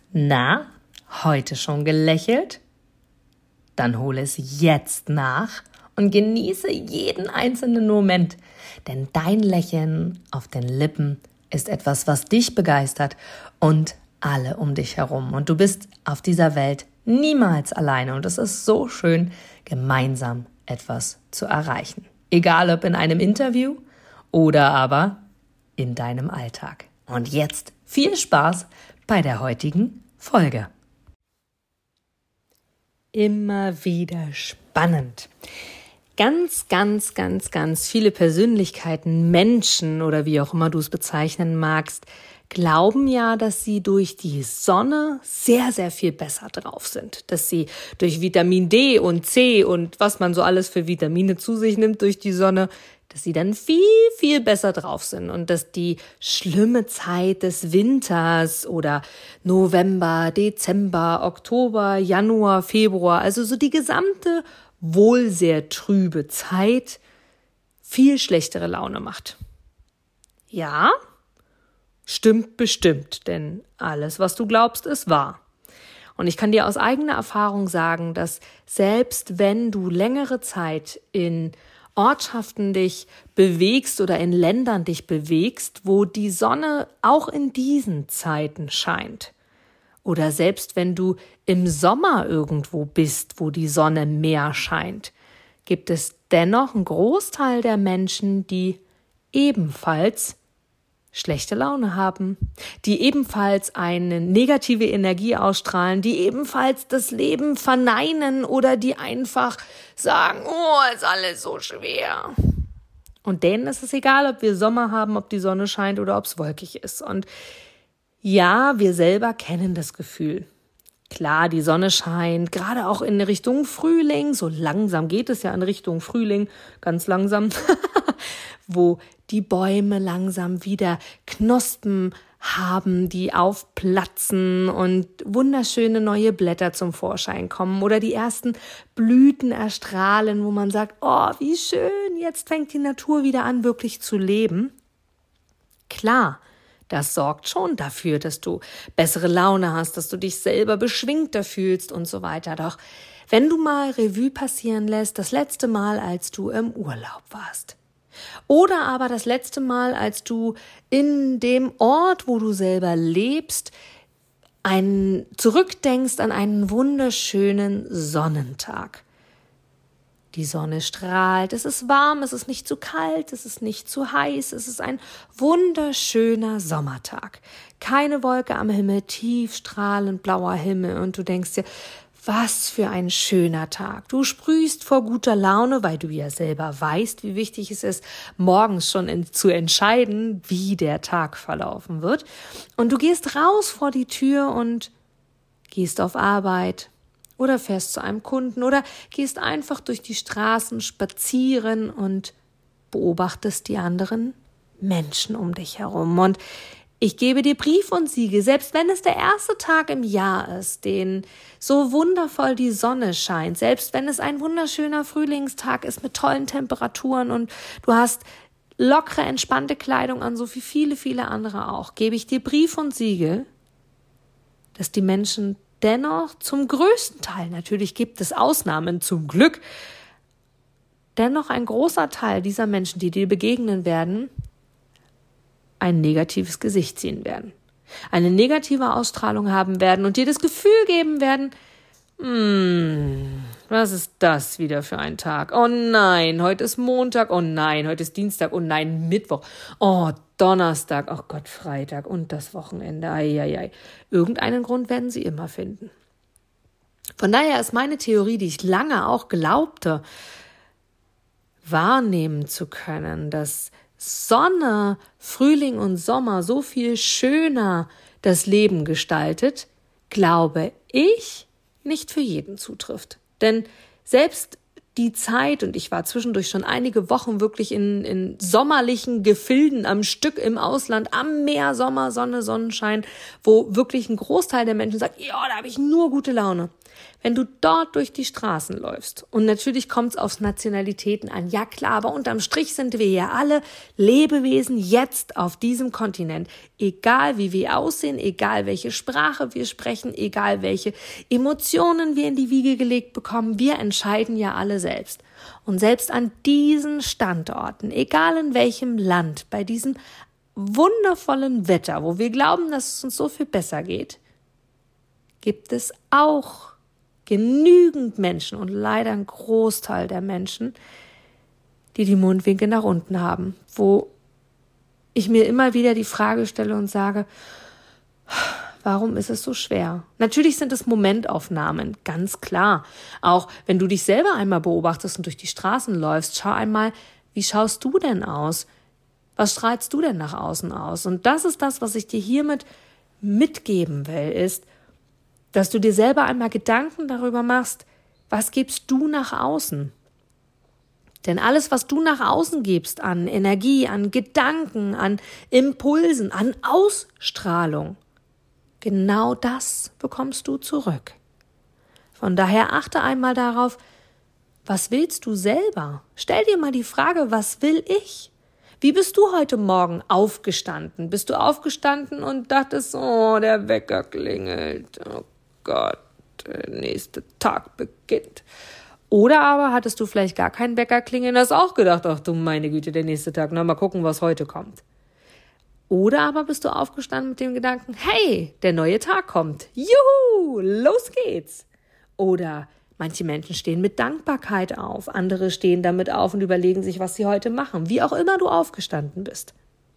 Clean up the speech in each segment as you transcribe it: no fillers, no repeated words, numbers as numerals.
Na, heute schon gelächelt? Dann hole es jetzt nach und genieße jeden einzelnen Moment, denn dein Lächeln auf den Lippen ist etwas, was dich begeistert und alle um dich herum. Und du bist auf dieser Welt niemals alleine und es ist so schön, gemeinsam etwas zu erreichen. Egal ob in einem Interview oder aber in deinem Alltag. Und jetzt viel Spaß bei der heutigen Folge. Immer wieder spannend. Ganz viele Persönlichkeiten, Menschen oder wie auch immer du es bezeichnen magst, glauben ja, dass sie durch die Sonne sehr viel besser drauf sind. Dass sie durch Vitamin D und C und was man so alles für Vitamine zu sich nimmt durch die Sonne, dass sie dann viel besser drauf sind und dass die schlimme Zeit des Winters oder November, Dezember, Oktober, Januar, Februar, also so die gesamte wohl sehr trübe Zeit viel schlechtere Laune macht. Ja, stimmt bestimmt, denn alles, was du glaubst, ist wahr. Und ich kann dir aus eigener Erfahrung sagen, dass selbst wenn du längere Zeit in Ortschaften dich bewegst oder in Ländern dich bewegst, wo die Sonne auch in diesen Zeiten scheint, oder selbst wenn du im Sommer irgendwo bist, wo die Sonne mehr scheint, gibt es dennoch einen Großteil der Menschen, die ebenfalls schlechte Laune haben, die ebenfalls eine negative Energie ausstrahlen, die ebenfalls das Leben verneinen oder die einfach sagen, oh, ist alles so schwer. Und denen ist es egal, ob wir Sommer haben, ob die Sonne scheint oder ob es wolkig ist. Und ja, wir selber kennen das Gefühl. Klar, die Sonne scheint, gerade auch in Richtung Frühling, so langsam geht es ja in Richtung Frühling, ganz langsam, wo die Bäume langsam wieder Knospen haben, die aufplatzen und wunderschöne neue Blätter zum Vorschein kommen oder die ersten Blüten erstrahlen, wo man sagt, oh, wie schön, jetzt fängt die Natur wieder an, wirklich zu leben. Klar, das sorgt schon dafür, dass du bessere Laune hast, dass du dich selber beschwingter fühlst und so weiter. Doch wenn du mal Revue passieren lässt, das letzte Mal, als du im Urlaub warst, oder aber das letzte Mal, als du in dem Ort, wo du selber lebst, zurückdenkst an einen wunderschönen Sonnentag. Die Sonne strahlt, es ist warm, es ist nicht zu kalt, es ist nicht zu heiß, es ist ein wunderschöner Sommertag. Keine Wolke am Himmel, tiefstrahlend blauer Himmel und du denkst dir, was für ein schöner Tag. Du sprühst vor guter Laune, weil du ja selber weißt, wie wichtig es ist, morgens schon zu entscheiden, wie der Tag verlaufen wird. Und du gehst raus vor die Tür und gehst auf Arbeit oder fährst zu einem Kunden oder gehst einfach durch die Straßen spazieren und beobachtest die anderen Menschen um dich herum. Und ich gebe dir Brief und Siegel, selbst wenn es der erste Tag im Jahr ist, den so wundervoll die Sonne scheint, selbst wenn es ein wunderschöner Frühlingstag ist mit tollen Temperaturen und du hast lockere, entspannte Kleidung an, so wie viele andere auch, gebe ich dir Brief und Siegel, dass die Menschen dennoch zum größten Teil, natürlich gibt es Ausnahmen zum Glück, dennoch ein großer Teil dieser Menschen, die dir begegnen werden, ein negatives Gesicht ziehen werden, eine negative Ausstrahlung haben werden und dir das Gefühl geben werden, was ist das wieder für ein Tag? Oh nein, heute ist Montag, oh nein, heute ist Dienstag, oh nein, Mittwoch, oh Donnerstag, oh Gott, Freitag und das Wochenende, ei. Irgendeinen Grund werden sie immer finden. Von daher ist meine Theorie, die ich lange auch glaubte, wahrnehmen zu können, dass Sonne, Frühling und Sommer so viel schöner das Leben gestaltet, glaube ich, nicht für jeden zutrifft. Denn selbst die Zeit, und ich war zwischendurch schon einige Wochen wirklich in sommerlichen Gefilden am Stück im Ausland, am Meer, Sommer, Sonne, Sonnenschein, wo wirklich ein Großteil der Menschen sagt, ja, da habe ich nur gute Laune. Wenn du dort durch die Straßen läufst, und natürlich kommt es aufs Nationalitäten an, ja klar, aber unterm Strich sind wir ja alle Lebewesen jetzt auf diesem Kontinent. Egal wie wir aussehen, egal welche Sprache wir sprechen, egal welche Emotionen wir in die Wiege gelegt bekommen, wir entscheiden ja alle selbst. Und selbst an diesen Standorten, egal in welchem Land, bei diesem wundervollen Wetter, wo wir glauben, dass es uns so viel besser geht, gibt es auch genügend Menschen und leider ein Großteil der Menschen, die die Mundwinkel nach unten haben, wo ich mir immer wieder die Frage stelle und sage, warum ist es so schwer? Natürlich sind es Momentaufnahmen, ganz klar. Auch wenn du dich selber einmal beobachtest und durch die Straßen läufst, schau einmal, wie schaust du denn aus? Was strahlst du denn nach außen aus? Und das ist das, was ich dir hiermit mitgeben will, ist, dass du dir selber einmal Gedanken darüber machst, was gibst du nach außen? Denn alles, was du nach außen gibst an Energie, an Gedanken, an Impulsen, an Ausstrahlung, genau das bekommst du zurück. Von daher achte einmal darauf, was willst du selber? Stell dir mal die Frage, was will ich? Wie bist du heute Morgen aufgestanden? Bist du aufgestanden und dachtest, oh, der Wecker klingelt, oh Gott, der nächste Tag beginnt. Oder aber hattest du vielleicht gar keinen Wecker klingeln und hast auch gedacht, ach du meine Güte, der nächste Tag, na mal gucken, was heute kommt. Oder aber bist du aufgestanden mit dem Gedanken, hey, der neue Tag kommt, juhu, los geht's. Oder manche Menschen stehen mit Dankbarkeit auf, andere stehen damit auf und überlegen sich, was sie heute machen, wie auch immer du aufgestanden bist.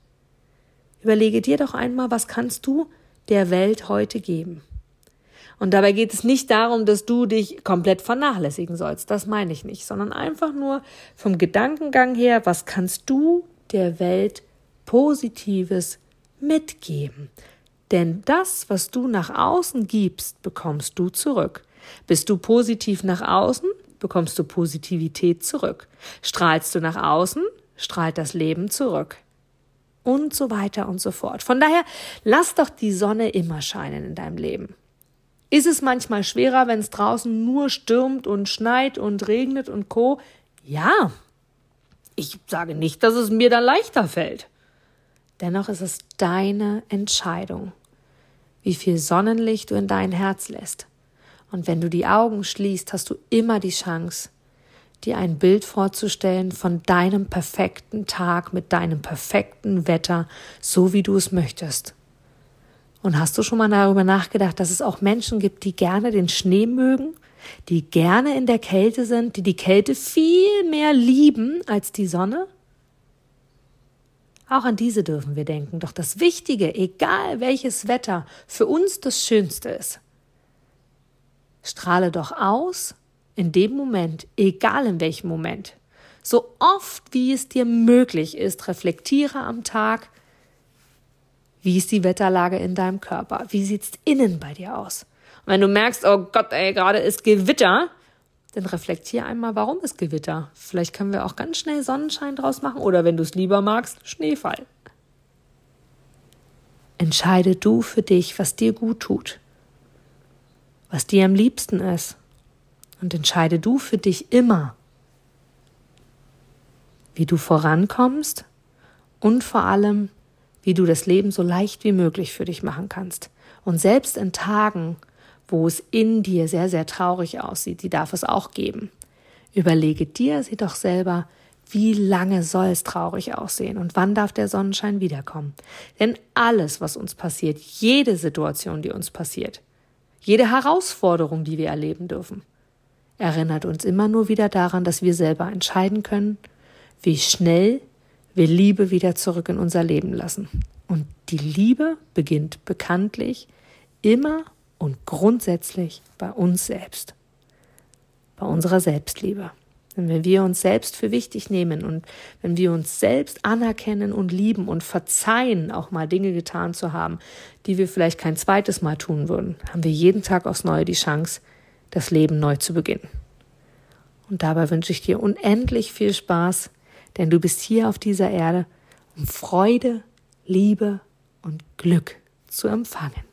Überlege dir doch einmal, was kannst du der Welt heute geben? Und dabei geht es nicht darum, dass du dich komplett vernachlässigen sollst. Das meine ich nicht, sondern einfach nur vom Gedankengang her, was kannst du der Welt Positives mitgeben? Denn das, was du nach außen gibst, bekommst du zurück. Bist du positiv nach außen, bekommst du Positivität zurück. Strahlst du nach außen, strahlt das Leben zurück. Und so weiter und so fort. Von daher, lass doch die Sonne immer scheinen in deinem Leben. Ist es manchmal schwerer, wenn es draußen nur stürmt und schneit und regnet und Co.? Ja, ich sage nicht, dass es mir dann leichter fällt. Dennoch ist es deine Entscheidung, wie viel Sonnenlicht du in dein Herz lässt. Und wenn du die Augen schließt, hast du immer die Chance, dir ein Bild vorzustellen von deinem perfekten Tag mit deinem perfekten Wetter, so wie du es möchtest. Und hast du schon mal darüber nachgedacht, dass es auch Menschen gibt, die gerne den Schnee mögen, die gerne in der Kälte sind, die die Kälte viel mehr lieben als die Sonne? Auch an diese dürfen wir denken. Doch das Wichtige, egal welches Wetter für uns das Schönste ist, strahle doch aus in dem Moment, egal in welchem Moment. So oft, wie es dir möglich ist, reflektiere am Tag, wie ist die Wetterlage in deinem Körper? Wie sieht's innen bei dir aus? Und wenn du merkst, oh Gott, ey, gerade ist Gewitter, dann reflektier einmal, warum ist Gewitter? Vielleicht können wir auch ganz schnell Sonnenschein draus machen oder wenn du es lieber magst, Schneefall. Entscheide du für dich, was dir gut tut, was dir am liebsten ist. Und entscheide du für dich immer, wie du vorankommst und vor allem, wie du das Leben so leicht wie möglich für dich machen kannst. Und selbst in Tagen, wo es in dir sehr, sehr traurig aussieht, die darf es auch geben. Überlege dir sie doch selber, wie lange soll es traurig aussehen und wann darf der Sonnenschein wiederkommen. Denn alles, was uns passiert, jede Situation, die uns passiert, jede Herausforderung, die wir erleben dürfen, erinnert uns immer nur wieder daran, dass wir selber entscheiden können, wie schnell wir Liebe wieder zurück in unser Leben lassen. Und die Liebe beginnt bekanntlich immer und grundsätzlich bei uns selbst, bei unserer Selbstliebe. Denn wenn wir uns selbst für wichtig nehmen und wenn wir uns selbst anerkennen und lieben und verzeihen, auch mal Dinge getan zu haben, die wir vielleicht kein zweites Mal tun würden, haben wir jeden Tag aufs Neue die Chance, das Leben neu zu beginnen. Und dabei wünsche ich dir unendlich viel Spaß, denn du bist hier auf dieser Erde, um Freude, Liebe und Glück zu empfangen.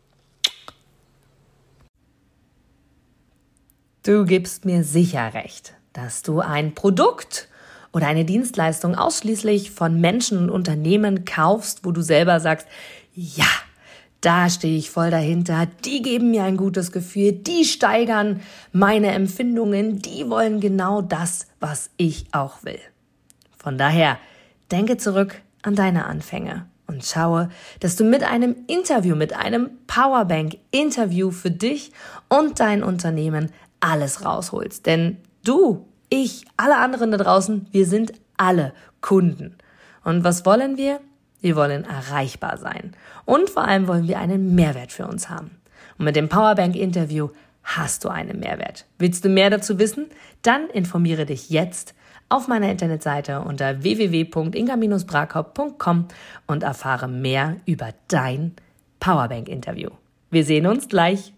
Du gibst mir sicher recht, dass du ein Produkt oder eine Dienstleistung ausschließlich von Menschen und Unternehmen kaufst, wo du selber sagst, ja, da stehe ich voll dahinter, die geben mir ein gutes Gefühl, die steigern meine Empfindungen, die wollen genau das, was ich auch will. Von daher, denke zurück an deine Anfänge und schaue, dass du mit einem Interview, mit einem Powerbank-Interview für dich und dein Unternehmen alles rausholst. Denn du, ich, alle anderen da draußen, wir sind alle Kunden. Und was wollen wir? Wir wollen erreichbar sein. Und vor allem wollen wir einen Mehrwert für uns haben. Und mit dem Powerbank-Interview hast du einen Mehrwert. Willst du mehr dazu wissen? Dann informiere dich jetzt auf meiner Internetseite unter www.inga-brakop.com und erfahre mehr über dein Powerbank-Interview. Wir sehen uns gleich.